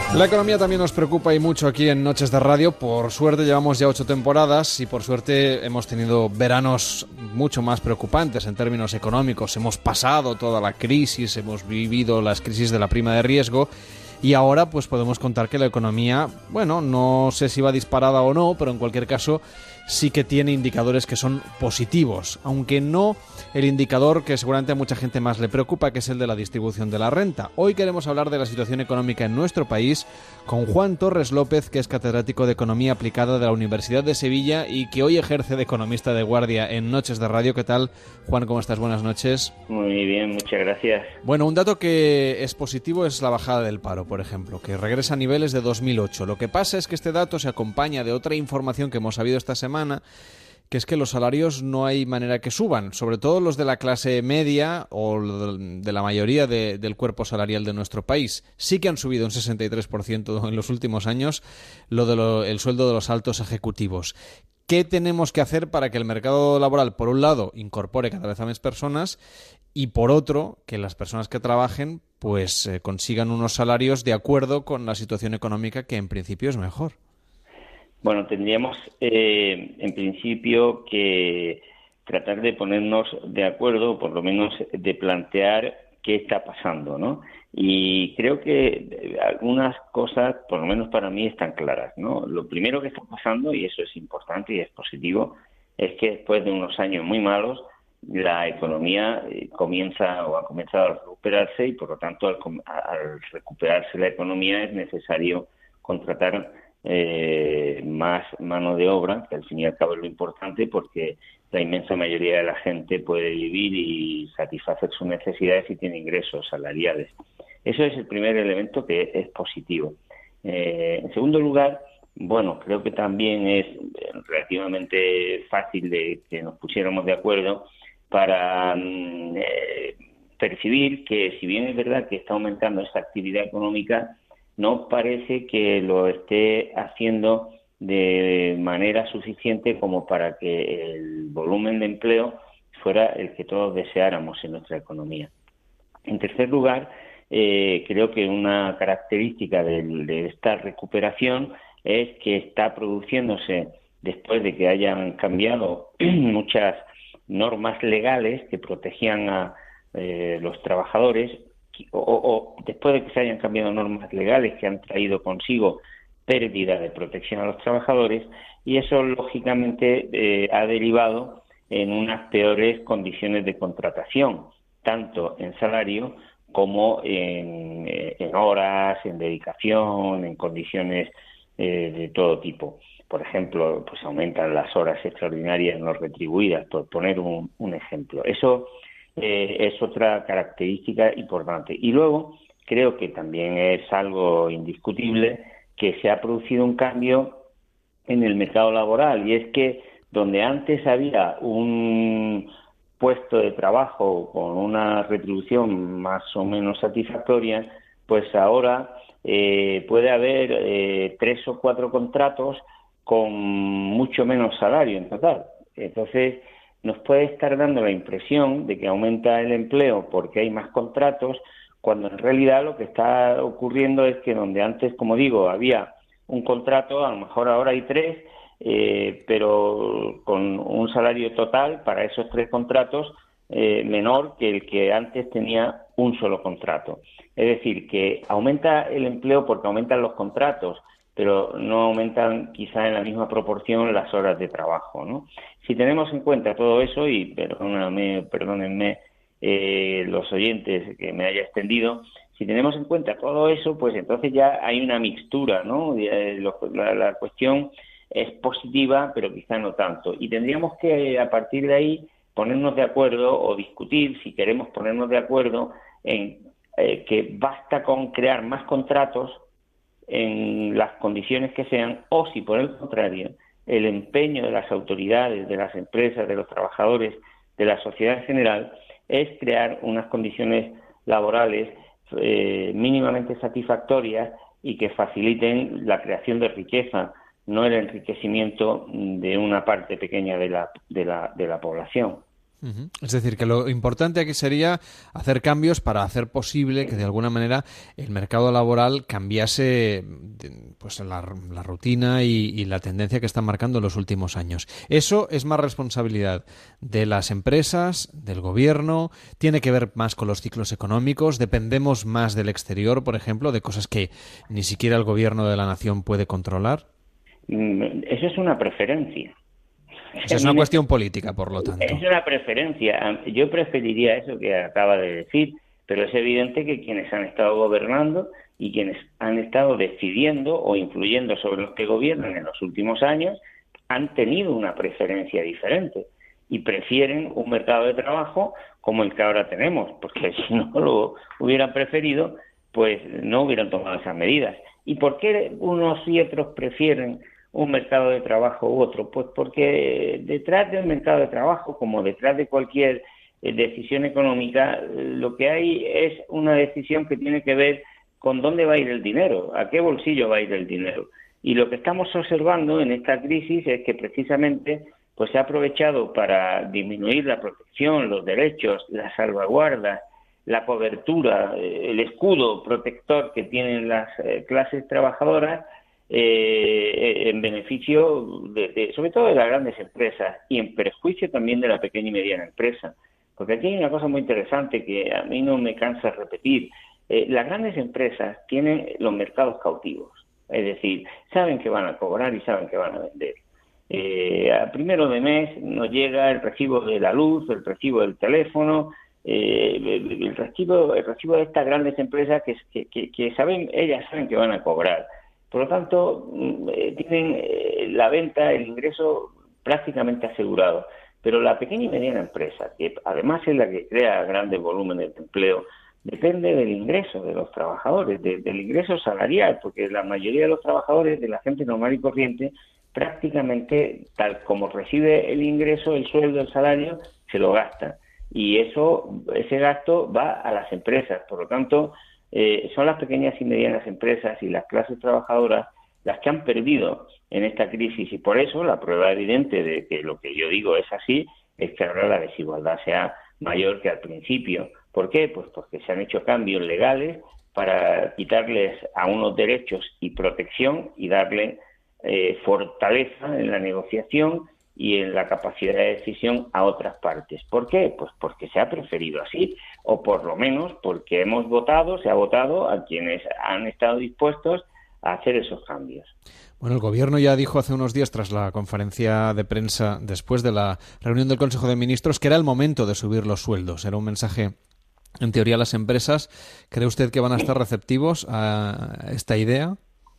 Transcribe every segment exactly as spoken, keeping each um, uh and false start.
La economía también nos preocupa y mucho aquí en Noches de Radio. Por suerte llevamos ya ocho temporadas y por suerte hemos tenido veranos mucho más preocupantes en términos económicos. Hemos pasado toda la crisis, hemos vivido las crisis de la prima de riesgo y ahora pues podemos contar que la economía, bueno, no sé si va disparada o no, pero en cualquier caso sí que tiene indicadores que son positivos, aunque no el indicador que seguramente a mucha gente más le preocupa, que es el de la distribución de la renta. Hoy queremos hablar de la situación económica en nuestro país con Juan Torres López, que es catedrático de Economía Aplicada de la Universidad de Sevilla y que hoy ejerce de economista de guardia en Noches de Radio. ¿Qué tal, Juan? ¿Cómo estás? Buenas noches. Muy bien, muchas gracias. Bueno, un dato que es positivo es la bajada del paro, por ejemplo, que regresa a niveles de dos mil ocho. Lo que pasa es que este dato se acompaña de otra información que hemos sabido esta semana, que es que los salarios no hay manera que suban, sobre todo los de la clase media o de la mayoría de, del cuerpo salarial de nuestro país. Sí que han subido un sesenta y tres por ciento en los últimos años lo de lo, el sueldo de los altos ejecutivos. ¿Qué tenemos que hacer para que el mercado laboral, por un lado, incorpore cada vez a más personas y, por otro, que las personas que trabajen pues eh, consigan unos salarios de acuerdo con la situación económica, que en principio es mejor? Bueno, tendríamos eh, en principio que tratar de ponernos de acuerdo, o por lo menos de plantear qué está pasando, ¿no? Y creo que algunas cosas, por lo menos para mí, están claras, ¿no? Lo primero que está pasando, y eso es importante y es positivo, es que después de unos años muy malos, la economía comienza o ha comenzado a recuperarse y, por lo tanto, al, al recuperarse la economía es necesario contratar Eh, más mano de obra, que al fin y al cabo es lo importante, porque la inmensa mayoría de la gente puede vivir y satisfacer sus necesidades y tiene ingresos salariales. Eso es el primer elemento que es positivo. Eh, en segundo lugar, bueno, creo que también es relativamente fácil de que nos pusiéramos de acuerdo para eh, percibir que, si bien es verdad que está aumentando esa actividad económica, no parece que lo esté haciendo de manera suficiente como para que el volumen de empleo fuera el que todos deseáramos en nuestra economía. En tercer lugar, eh, creo que una característica de, de esta recuperación es que está produciéndose después de que hayan cambiado muchas normas legales que protegían a eh, los trabajadores, O, o después de que se hayan cambiado normas legales que han traído consigo pérdida de protección a los trabajadores, y eso lógicamente eh, ha derivado en unas peores condiciones de contratación, tanto en salario como en, en horas, en dedicación, en condiciones eh, de todo tipo. Por ejemplo, pues aumentan las horas extraordinarias no retribuidas, por poner un, un ejemplo. Eso Eh, es otra característica importante. Y luego, creo que también es algo indiscutible que se ha producido un cambio en el mercado laboral, y es que donde antes había un puesto de trabajo con una retribución más o menos satisfactoria, pues ahora eh, puede haber eh, tres o cuatro contratos con mucho menos salario en total. Entonces, nos puede estar dando la impresión de que aumenta el empleo porque hay más contratos, cuando en realidad lo que está ocurriendo es que donde antes, como digo, había un contrato, a lo mejor ahora hay tres, eh, pero con un salario total para esos tres contratos eh, menor que el que antes tenía un solo contrato. Es decir, que aumenta el empleo porque aumentan los contratos, pero no aumentan quizá en la misma proporción las horas de trabajo, ¿no? Si tenemos en cuenta todo eso, y perdóname, perdónenme eh, los oyentes que me haya extendido, si tenemos en cuenta todo eso, pues entonces ya hay una mixtura, ¿no? La, la cuestión es positiva, pero quizá no tanto. Y tendríamos que, a partir de ahí, ponernos de acuerdo o discutir, si queremos ponernos de acuerdo, en eh, que basta con crear más contratos en las condiciones que sean, o si por el contrario el empeño de las autoridades, de las empresas, de los trabajadores, de la sociedad en general, es crear unas condiciones laborales eh, mínimamente satisfactorias y que faciliten la creación de riqueza, no el enriquecimiento de una parte pequeña de la, de la, de la población. Uh-huh. Es decir, que lo importante aquí sería hacer cambios para hacer posible que de alguna manera el mercado laboral cambiase pues la, la rutina y, y la tendencia que están marcando en los últimos años. Eso es más responsabilidad de las empresas, del gobierno, tiene que ver más con los ciclos económicos, dependemos más del exterior, por ejemplo, de cosas que ni siquiera el gobierno de la nación puede controlar. Eso es una preferencia. Esa es una cuestión política, por lo tanto. Es una preferencia. Yo preferiría eso que acaba de decir, pero es evidente que quienes han estado gobernando y quienes han estado decidiendo o influyendo sobre los que gobiernan en los últimos años han tenido una preferencia diferente y prefieren un mercado de trabajo como el que ahora tenemos, porque si no lo hubieran preferido, pues no hubieran tomado esas medidas. ¿Y por qué unos y otros prefieren un mercado de trabajo u otro? Pues porque detrás del mercado de trabajo, como detrás de cualquier eh, decisión económica, lo que hay es una decisión que tiene que ver con dónde va a ir el dinero, a qué bolsillo va a ir el dinero. Y lo que estamos observando en esta crisis es que precisamente pues se ha aprovechado para disminuir la protección, los derechos, las salvaguardas, la cobertura, eh, el escudo protector que tienen las eh, clases trabajadoras, Eh, en beneficio de, de, sobre todo de las grandes empresas y en perjuicio también de la pequeña y mediana empresa. Porque aquí hay una cosa muy interesante que a mí no me cansa repetir. Eh, las grandes empresas tienen los mercados cautivos, es decir, saben que van a cobrar y saben que van a vender. Eh, a primero de mes nos llega el recibo de la luz, el recibo del teléfono, eh, el, el recibo el recibo de estas grandes empresas que, que, que, que saben, ellas saben que van a cobrar. Por lo tanto, eh, tienen eh, la venta, el ingreso prácticamente asegurado. Pero la pequeña y mediana empresa, que además es la que crea grandes volúmenes de empleo, depende del ingreso de los trabajadores, de, del ingreso salarial, porque la mayoría de los trabajadores, de la gente normal y corriente, prácticamente, tal como recibe el ingreso, el sueldo, el salario, se lo gasta. Y eso, ese gasto va a las empresas. Por lo tanto, Eh, son las pequeñas y medianas empresas y las clases trabajadoras las que han perdido en esta crisis, y por eso la prueba evidente de que lo que yo digo es así es que ahora la desigualdad sea mayor que al principio. ¿Por qué? Pues porque se han hecho cambios legales para quitarles a unos derechos y protección y darle eh, fortaleza en la negociación y en la capacidad de decisión a otras partes. ¿Por qué? Pues porque se ha preferido así, o por lo menos porque hemos votado, se ha votado a quienes han estado dispuestos a hacer esos cambios. Bueno, el Gobierno ya dijo hace unos días, tras la conferencia de prensa después de la reunión del Consejo de Ministros, que era el momento de subir los sueldos. Era un mensaje, en teoría, a las empresas. ¿Cree usted que van a estar receptivos a esta idea?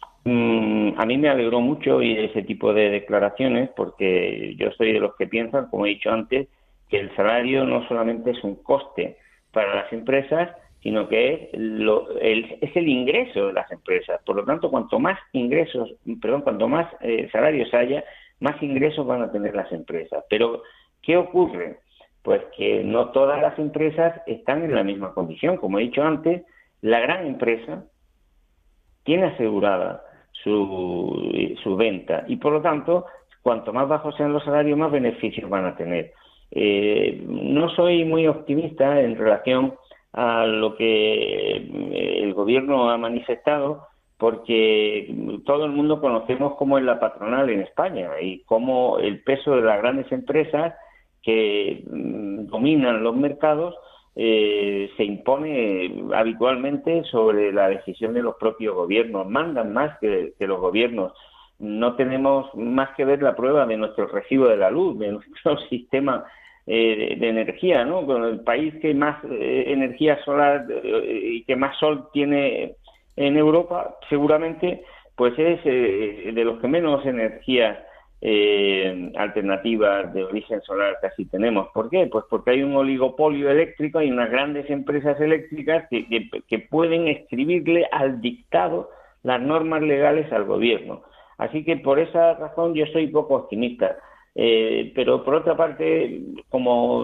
A mí me alegró mucho oír ese tipo de declaraciones, porque yo soy de los que piensan, como he dicho antes, que el salario no solamente es un coste para las empresas, sino que es, lo, el, es el ingreso de las empresas. Por lo tanto, cuanto más ingresos, perdón, cuanto más eh, salarios haya, más ingresos van a tener las empresas. Pero, ¿qué ocurre? Pues que no todas las empresas están en la misma condición. Como he dicho antes, la gran empresa tiene asegurada su, su venta y, por lo tanto, cuanto más bajos sean los salarios, más beneficios van a tener. Eh, no soy muy optimista en relación a lo que el Gobierno ha manifestado, porque todo el mundo conocemos cómo es la patronal en España y cómo el peso de las grandes empresas que mm, dominan los mercados Eh, se impone habitualmente sobre la decisión de los propios gobiernos, mandan más que, que los gobiernos. No tenemos más que ver la prueba de nuestro recibo de la luz, de nuestro sistema eh, de, de energía, ¿no? Con el país que más eh, energía solar eh, y que más sol tiene en Europa, seguramente, pues es eh, de los que menos energía Eh, alternativas de origen solar casi tenemos. ¿Por qué? Pues porque hay un oligopolio eléctrico, hay unas grandes empresas eléctricas que, que, que pueden escribirle al dictado las normas legales al gobierno. Así que por esa razón yo soy poco optimista. Eh, pero por otra parte, como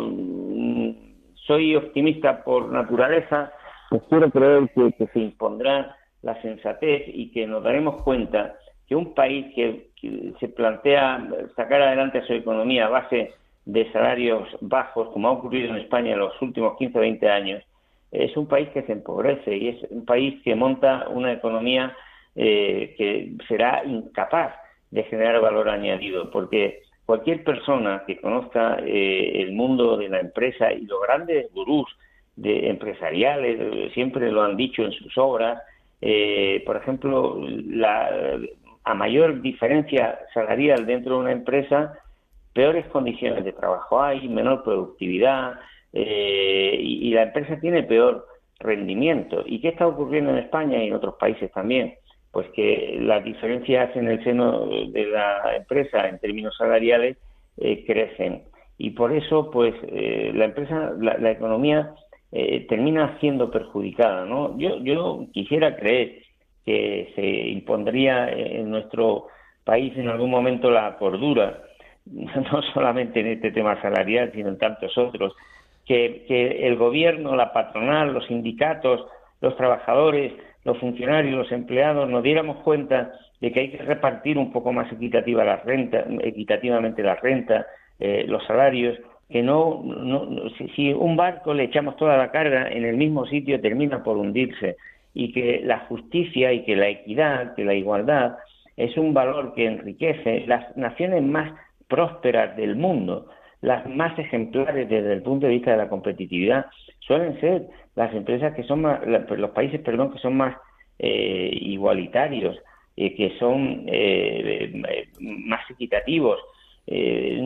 soy optimista por naturaleza, pues quiero creer que, que se impondrá la sensatez y que nos daremos cuenta que un país que, que se plantea sacar adelante su economía a base de salarios bajos, como ha ocurrido en España en los últimos quince o veinte años, es un país que se empobrece y es un país que monta una economía eh, que será incapaz de generar valor añadido, porque cualquier persona que conozca eh, el mundo de la empresa y los grandes gurús de empresariales, siempre lo han dicho en sus obras, eh, por ejemplo, la, a mayor diferencia salarial dentro de una empresa, peores condiciones de trabajo hay, menor productividad, eh, y, y la empresa tiene peor rendimiento. ¿Y qué está ocurriendo en España y en otros países también? Pues que las diferencias en el seno de la empresa en términos salariales eh, crecen. Y por eso, pues, eh, la empresa, la, la economía eh, termina siendo perjudicada, ¿no? Yo, yo quisiera creer que se impondría en nuestro país en algún momento la cordura, no solamente en este tema salarial, sino en tantos otros, que, que el gobierno, la patronal, los sindicatos, los trabajadores, los funcionarios, los empleados, nos diéramos cuenta de que hay que repartir un poco más equitativa la renta, equitativamente la renta, eh, los salarios, que no, no si, si un barco le echamos toda la carga en el mismo sitio termina por hundirse, y que la justicia y que la equidad, que la igualdad es un valor que enriquece las naciones más prósperas del mundo, las más ejemplares desde el punto de vista de la competitividad, suelen ser las empresas que son más, los países, perdón, que son más eh, igualitarios, eh, que son eh, eh, más equitativos. Eh,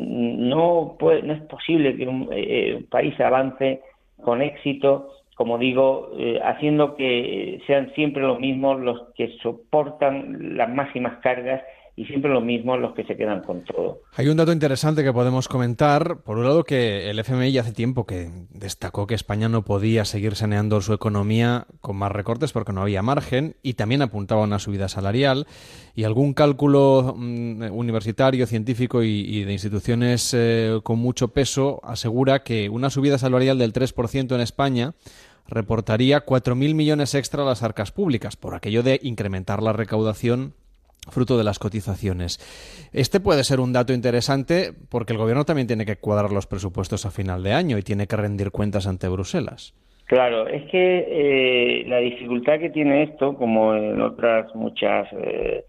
no, puede, no es posible que un, eh, un país avance con éxito, como digo, eh, haciendo que sean siempre los mismos los que soportan las máximas cargas y siempre los mismos los que se quedan con todo. Hay un dato interesante que podemos comentar. Por un lado, que el F M I hace tiempo que destacó que España no podía seguir saneando su economía con más recortes porque no había margen, y también apuntaba a una subida salarial, y algún cálculo mmm, universitario, científico y, y de instituciones eh, con mucho peso asegura que una subida salarial del tres por ciento en España reportaría cuatro mil millones extra a las arcas públicas, por aquello de incrementar la recaudación fruto de las cotizaciones. Este puede ser un dato interesante porque el gobierno también tiene que cuadrar los presupuestos a final de año y tiene que rendir cuentas ante Bruselas. Claro, es que eh, la dificultad que tiene esto, como en otras muchas eh,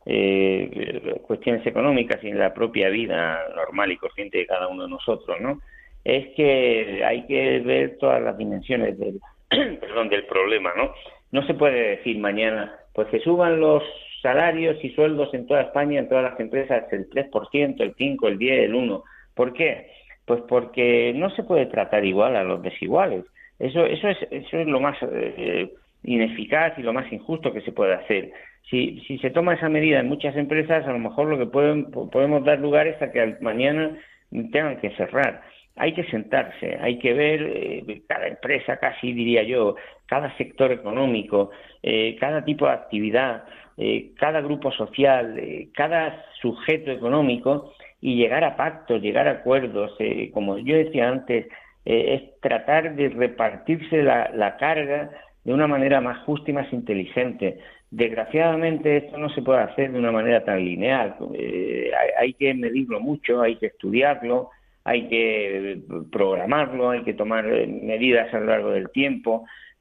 eh, cuestiones económicas y en la propia vida normal y corriente de cada uno de nosotros, ¿no?, es que hay que ver todas las dimensiones del, perdón, del problema, ¿no? No se puede decir mañana, pues que suban los salarios y sueldos en toda España, en todas las empresas, el tres por ciento, el cinco por ciento, el diez por ciento, el uno por ciento. ¿Por qué? Pues porque no se puede tratar igual a los desiguales. Eso, eso es, eso es lo más eh, ineficaz y lo más injusto que se puede hacer. Si, si se toma esa medida en muchas empresas, a lo mejor lo que pueden, podemos dar lugar es a que mañana tengan que cerrar. Hay que sentarse, hay que ver eh, cada empresa, casi diría yo, cada sector económico, eh, cada tipo de actividad, eh, cada grupo social, eh, cada sujeto económico, y llegar a pactos, llegar a acuerdos. Eh, como yo decía antes, eh, es tratar de repartirse la, la carga de una manera más justa y más inteligente. Desgraciadamente esto no se puede hacer de una manera tan lineal. Eh, hay, hay que medirlo mucho, hay que estudiarlo, hay que programarlo, hay que tomar medidas a lo largo del tiempo.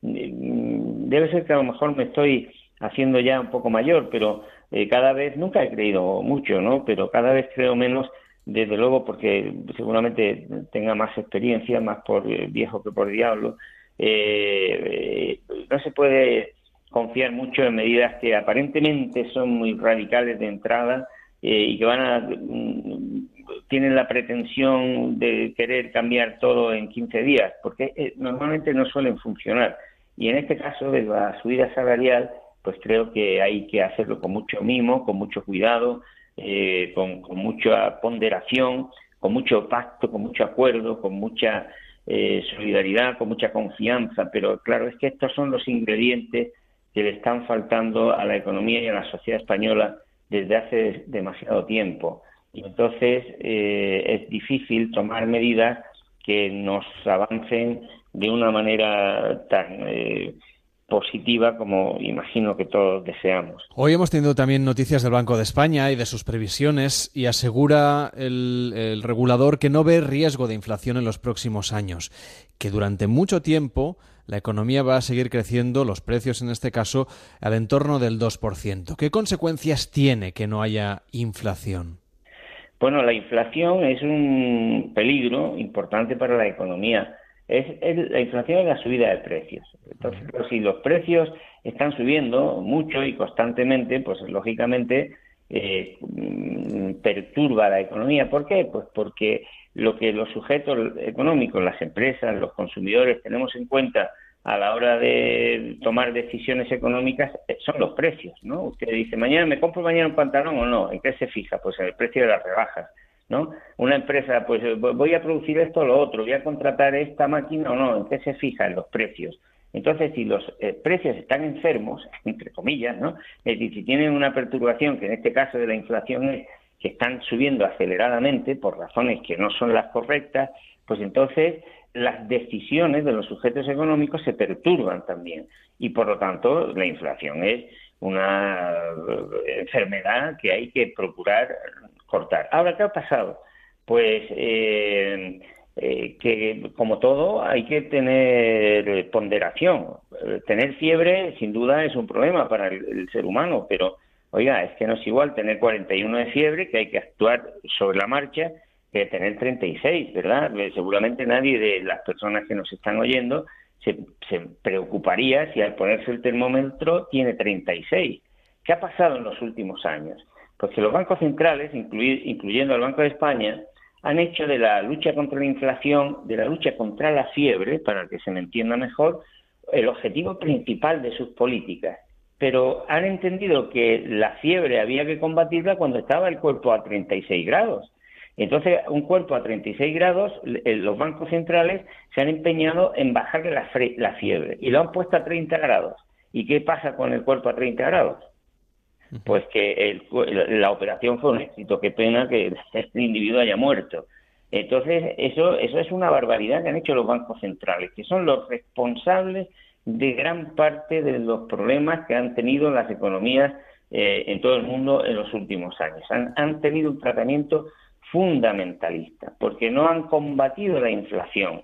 Debe ser que a lo mejor me estoy haciendo ya un poco mayor, pero eh, cada vez, nunca he creído mucho, ¿no?, pero cada vez creo menos, desde luego, porque seguramente tenga más experiencia, más por viejo que por diablo. Eh, eh, no se puede confiar mucho en medidas que aparentemente son muy radicales de entrada eh, y que van a... Mm, tienen la pretensión de querer cambiar todo en quince días, porque eh, normalmente no suelen funcionar. Y en este caso de la subida salarial, pues creo que hay que hacerlo con mucho mimo, con mucho cuidado, eh, con, con mucha ponderación, con mucho pacto, con mucho acuerdo, con mucha eh, solidaridad, con mucha confianza. Pero claro, es que estos son los ingredientes que le están faltando a la economía y a la sociedad española desde hace demasiado tiempo. Y entonces eh, es difícil tomar medidas que nos avancen de una manera tan eh, positiva como imagino que todos deseamos. Hoy hemos tenido también noticias del Banco de España y de sus previsiones, y asegura el, el regulador que no ve riesgo de inflación en los próximos años, que durante mucho tiempo la economía va a seguir creciendo, los precios en este caso, al entorno del dos por ciento. ¿Qué consecuencias tiene que no haya inflación? Bueno, la inflación es un peligro importante para la economía. Es, es la inflación es la subida de precios. Entonces, pues, si los precios están subiendo mucho y constantemente, pues lógicamente eh, perturba la economía. ¿Por qué? Pues porque lo que los sujetos económicos, las empresas, los consumidores tenemos en cuenta a la hora de tomar decisiones económicas son los precios, ¿no? Usted dice, mañana me compro mañana un pantalón o no, ¿en qué se fija? Pues en el precio de las rebajas, ¿no? Una empresa, pues voy a producir esto o lo otro, voy a contratar esta máquina o no, ¿en qué se fija? En los precios. Entonces, si los eh, precios están enfermos, entre comillas, ¿no? Es decir, si tienen una perturbación, que en este caso de la inflación es que están subiendo aceleradamente por razones que no son las correctas, pues entonces las decisiones de los sujetos económicos se perturban también. Y por lo tanto, la inflación es una enfermedad que hay que procurar cortar. Ahora, ¿qué ha pasado? Pues eh, eh, que, como todo, hay que tener ponderación. Tener fiebre, sin duda, es un problema para el, el ser humano, pero, oiga, es que no es igual tener cuarenta y uno de fiebre, que hay que actuar sobre la marcha, que tener treinta y seis, ¿verdad? Seguramente nadie de las personas que nos están oyendo se, se preocuparía si al ponerse el termómetro tiene treinta y seis. ¿Qué ha pasado en los últimos años? Pues que los bancos centrales, incluy, incluyendo el Banco de España, han hecho de la lucha contra la inflación, de la lucha contra la fiebre, para que se me entienda mejor, el objetivo principal de sus políticas. Pero han entendido que la fiebre había que combatirla cuando estaba el cuerpo a treinta y seis grados. Entonces, un cuerpo a treinta y seis grados, los bancos centrales se han empeñado en bajarle la, la fiebre y lo han puesto a treinta grados. ¿Y qué pasa con el cuerpo a treinta grados? Pues que el, la operación fue un éxito. Qué pena que el individuo haya muerto. Entonces, eso, eso es una barbaridad que han hecho los bancos centrales, que son los responsables de gran parte de los problemas que han tenido las economías eh, en todo el mundo en los últimos años. Han, han tenido un tratamiento fundamentalista, porque no han combatido la inflación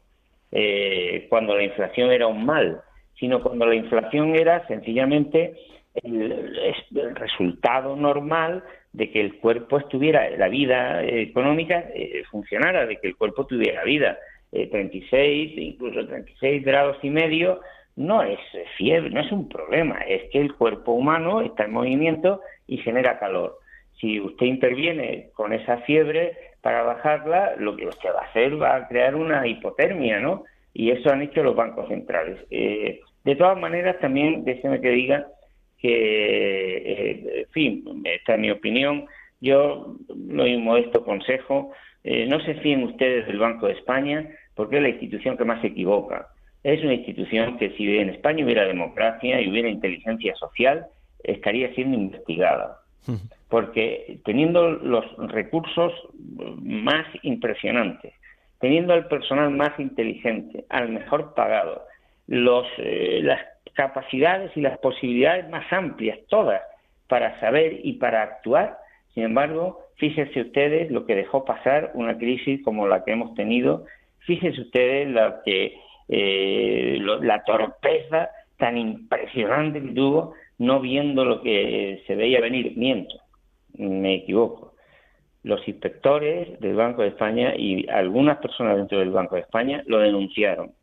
eh, cuando la inflación era un mal, sino cuando la inflación era sencillamente el, el resultado normal de que el cuerpo estuviera, la vida económica eh, funcionara, de que el cuerpo tuviera vida. Eh, treinta y seis, incluso treinta y seis grados y medio, no es fiebre, no es un problema, es que el cuerpo humano está en movimiento y genera calor. Si usted interviene con esa fiebre para bajarla, lo que usted va a hacer va a crear una hipotermia, ¿no? Y eso han hecho los bancos centrales. Eh, de todas maneras, también déjeme que diga que, eh, en fin, esta es mi opinión. Yo doy un modesto consejo. Eh, no se fíen ustedes del Banco de España, porque es la institución que más se equivoca. Es una institución que, si en España hubiera democracia y hubiera inteligencia social, estaría siendo investigada. Porque teniendo los recursos más impresionantes, teniendo al personal más inteligente, al mejor pagado, los, eh, las capacidades y las posibilidades más amplias, todas, para saber y para actuar, sin embargo, fíjense ustedes lo que dejó pasar una crisis como la que hemos tenido, fíjense ustedes la, que, eh, lo, la torpeza tan impresionante que tuvo, no viendo lo que se veía venir. Miento, me equivoco. Los inspectores del Banco de España y algunas personas dentro del Banco de España lo denunciaron,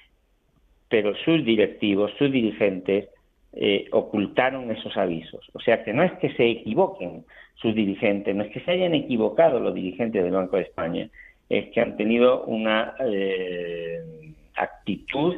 pero sus directivos, sus dirigentes, eh, ocultaron esos avisos. O sea que no es que se equivoquen sus dirigentes, no es que se hayan equivocado los dirigentes del Banco de España, es que han tenido una eh, actitud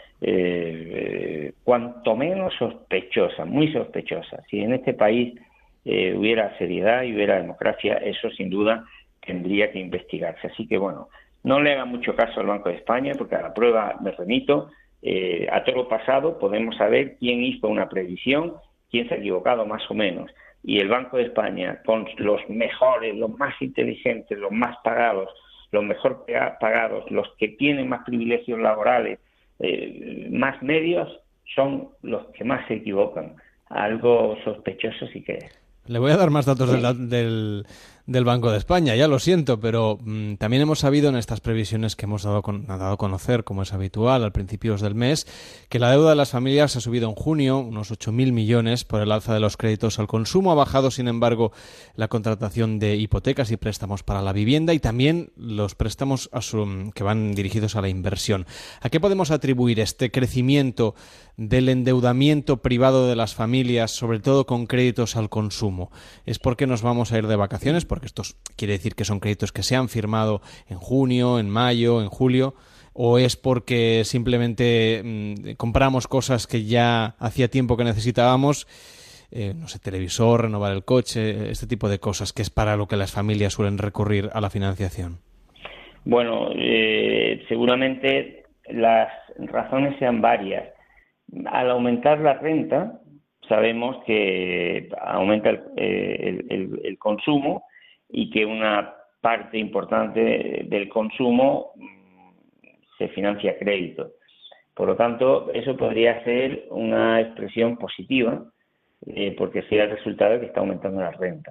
eh, cuanto menos sospechosa, muy sospechosa. Si en este país eh, hubiera seriedad y hubiera democracia, eso sin duda tendría que investigarse. Así que bueno, no le haga mucho caso al Banco de España, porque a la prueba me remito. Eh, a todo lo pasado podemos saber quién hizo una previsión, quién se ha equivocado más o menos. Y el Banco de España, con los mejores, los más inteligentes, los más pagados, los mejor pagados, los que tienen más privilegios laborales, eh, más medios, son los que más se equivocan. Algo sospechoso sí que es. Le voy a dar más datos del, del, del Banco de España, ya lo siento, pero mmm, también hemos sabido en estas previsiones que hemos dado, con, dado a conocer, como es habitual, al principios del mes, que la deuda de las familias ha subido en junio unos ocho mil millones por el alza de los créditos al consumo. Ha bajado, sin embargo, la contratación de hipotecas y préstamos para la vivienda y también los préstamos a su, que van dirigidos a la inversión. ¿A qué podemos atribuir este crecimiento del endeudamiento privado de las familias, sobre todo con créditos al consumo? ¿Es porque nos vamos a ir de vacaciones? Porque esto quiere decir que son créditos que se han firmado en junio, en mayo, en julio. ¿O es porque simplemente mmm, compramos cosas que ya hacía tiempo que necesitábamos? Eh, no sé, televisor, renovar el coche, este tipo de cosas, que es para lo que las familias suelen recurrir a la financiación. Bueno, eh, seguramente las razones sean varias. Al aumentar la renta, sabemos que aumenta el, el, el, el consumo y que una parte importante del consumo se financia a crédito. Por lo tanto, eso podría ser una expresión positiva, eh, porque sería el resultado de que está aumentando la renta.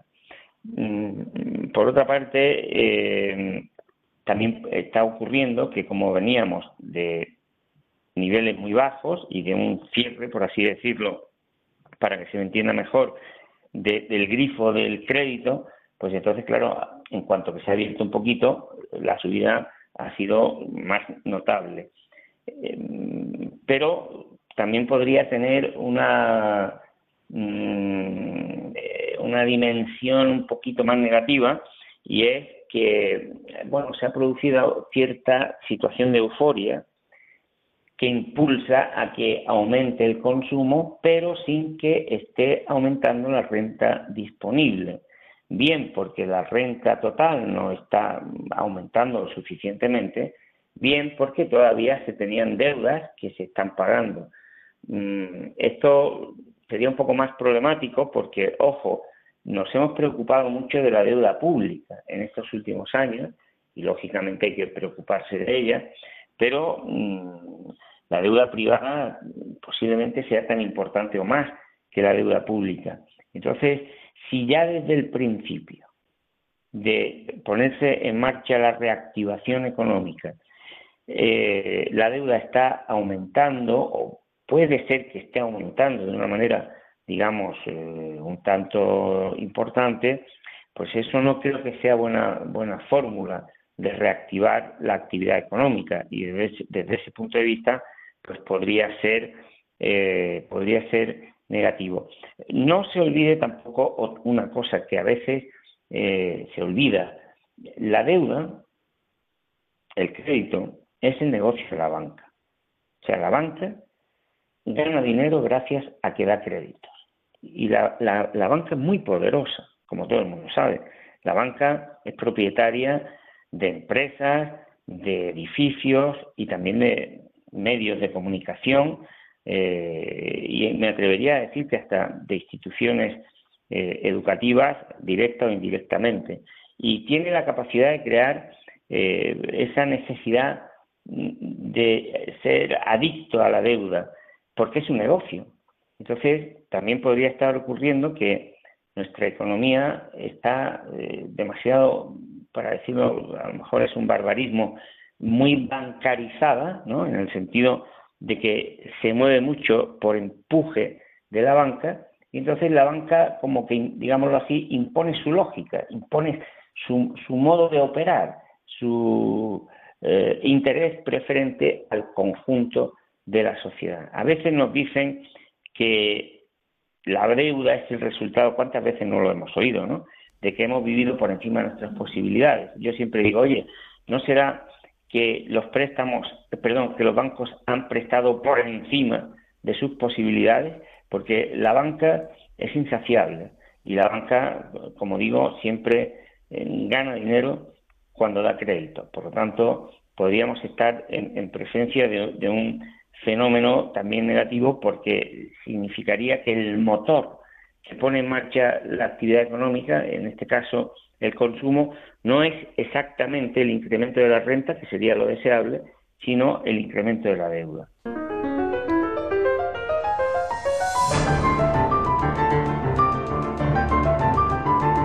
Mm, por otra parte, eh, también está ocurriendo que como veníamos de niveles muy bajos y de un cierre, por así decirlo, para que se me entienda mejor, de, del grifo del crédito, pues entonces, claro, en cuanto que se ha abierto un poquito, la subida ha sido más notable. Eh, pero también podría tener una, mm, una dimensión un poquito más negativa, y es que, bueno, se ha producido cierta situación de euforia que impulsa a que aumente el consumo, pero sin que esté aumentando la renta disponible. Bien porque la renta total no está aumentando suficientemente, bien porque todavía se tenían deudas que se están pagando. Esto sería un poco más problemático porque, ojo, nos hemos preocupado mucho de la deuda pública en estos últimos años, y lógicamente hay que preocuparse de ella, pero mmm, la deuda privada posiblemente sea tan importante o más que la deuda pública. Entonces, si ya desde el principio de ponerse en marcha la reactivación económica, eh, la deuda está aumentando, o puede ser que esté aumentando de una manera, digamos, eh, un tanto importante, pues eso no creo que sea buena, buena fórmula de reactivar la actividad económica, y desde, desde ese punto de vista pues podría ser eh, podría ser negativo. No se olvide tampoco una cosa que a veces eh, se olvida: la deuda, el crédito, es el negocio de la banca. O sea, la banca gana dinero gracias a que da créditos, y la, la, la banca es muy poderosa, como todo el mundo sabe. La banca es propietaria de empresas, de edificios y también de medios de comunicación, eh, y me atrevería a decir que hasta de instituciones eh, educativas, directa o indirectamente, y tiene la capacidad de crear eh, esa necesidad de ser adicto a la deuda, porque es un negocio. Entonces, también podría estar ocurriendo que nuestra economía está eh, demasiado, para decirlo, a lo mejor es un barbarismo, muy bancarizada, ¿no? En el sentido de que se mueve mucho por empuje de la banca, y entonces la banca, como que, digámoslo así, impone su lógica, impone su, su modo de operar, su eh, interés preferente al conjunto de la sociedad. A veces nos dicen que la deuda es el resultado, ¿cuántas veces no lo hemos oído, ¿no?, de que hemos vivido por encima de nuestras posibilidades? Yo siempre digo, oye, ¿no será que los préstamos, perdón, que los bancos han prestado por encima de sus posibilidades? Porque la banca es insaciable, y la banca, como digo, siempre eh, gana dinero cuando da crédito. Por lo tanto, podríamos estar en, en presencia de, de un fenómeno también negativo, porque significaría que el motor que pone en marcha la actividad económica, en este caso el consumo, no es exactamente el incremento de la renta, que sería lo deseable, sino el incremento de la deuda.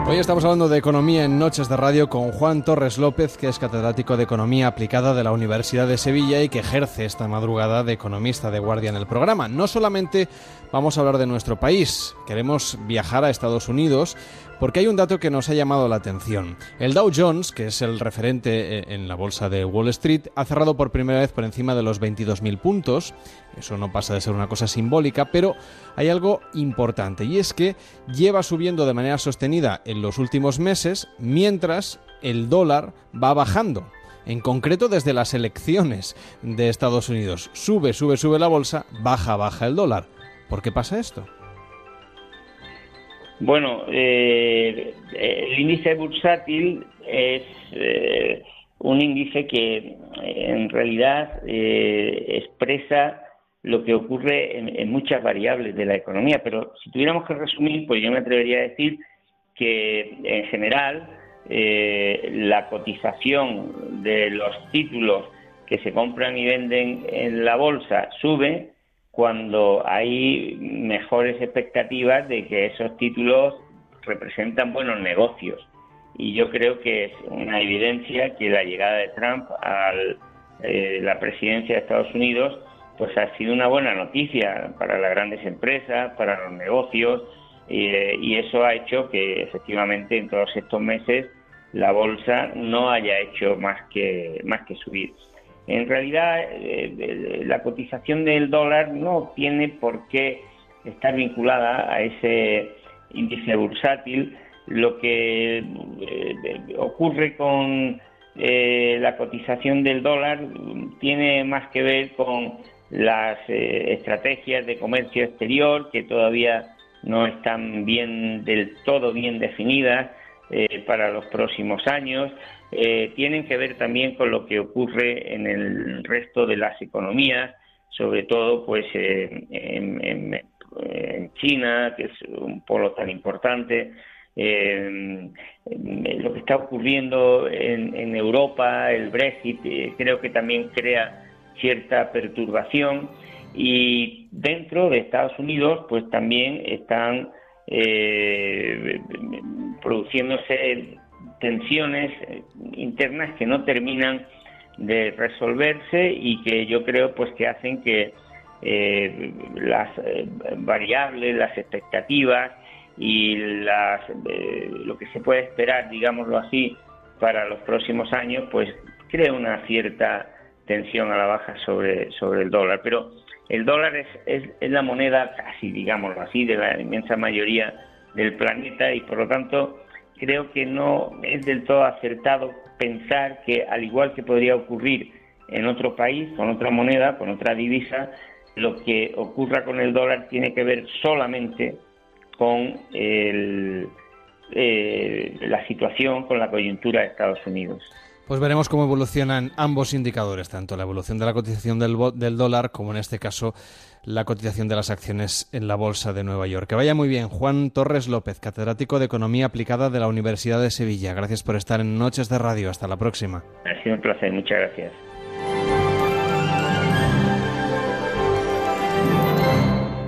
Hoy estamos hablando de economía en Noches de Radio con Juan Torres López, que es catedrático de Economía Aplicada de la Universidad de Sevilla y que ejerce esta madrugada de economista de guardia en el programa. No solamente vamos a hablar de nuestro país, queremos viajar a Estados Unidos porque hay un dato que nos ha llamado la atención. El Dow Jones, que es el referente en la bolsa de Wall Street, ha cerrado por primera vez por encima de los veintidós mil puntos. Eso no pasa de ser una cosa simbólica, pero hay algo importante y es que lleva subiendo de manera sostenida en los últimos meses, mientras el dólar va bajando. En concreto desde las elecciones de Estados Unidos. Sube, sube, sube la bolsa, baja, baja el dólar. ¿Por qué pasa esto? Bueno, eh, el índice bursátil es eh, un índice que eh, en realidad eh, expresa lo que ocurre en, en muchas variables de la economía, pero si tuviéramos que resumir, pues yo me atrevería a decir que en general eh, la cotización de los títulos que se compran y venden en la bolsa sube cuando hay mejores expectativas de que esos títulos representan buenos negocios. Y yo creo que es una evidencia que la llegada de Trump a eh, la presidencia de Estados Unidos pues ha sido una buena noticia para las grandes empresas, para los negocios, eh, y eso ha hecho que efectivamente en todos estos meses la bolsa no haya hecho más que, más que subir. En realidad, eh, la cotización del dólar no tiene por qué estar vinculada a ese índice bursátil. Lo que eh, ocurre con eh, la cotización del dólar tiene más que ver con las eh, estrategias de comercio exterior que todavía no están bien del todo bien definidas eh, para los próximos años. Eh, tienen que ver también con lo que ocurre en el resto de las economías, sobre todo pues eh, en, en, en China, que es un polo tan importante, eh, lo que está ocurriendo en, en Europa, el Brexit, eh, creo que también crea cierta perturbación, y dentro de Estados Unidos pues también están eh, produciéndose tensiones internas que no terminan de resolverse y que yo creo pues que hacen que eh, las eh, variables, las expectativas y las eh, lo que se puede esperar, digámoslo así, para los próximos años, pues crea una cierta tensión a la baja sobre, sobre el dólar. Pero el dólar es, es, es la moneda casi, digámoslo así, de la inmensa mayoría del planeta, y por lo tanto creo que no es del todo acertado pensar que, al igual que podría ocurrir en otro país, con otra moneda, con otra divisa, lo que ocurra con el dólar tiene que ver solamente con el, eh, la situación, con la coyuntura de Estados Unidos. Pues veremos cómo evolucionan ambos indicadores, tanto la evolución de la cotización del, del dólar como, en este caso, la cotización de las acciones en la Bolsa de Nueva York. Que vaya muy bien. Juan Torres López, catedrático de Economía Aplicada de la Universidad de Sevilla. Gracias por estar en Noches de Radio. Hasta la próxima. Ha sido un placer. Muchas gracias.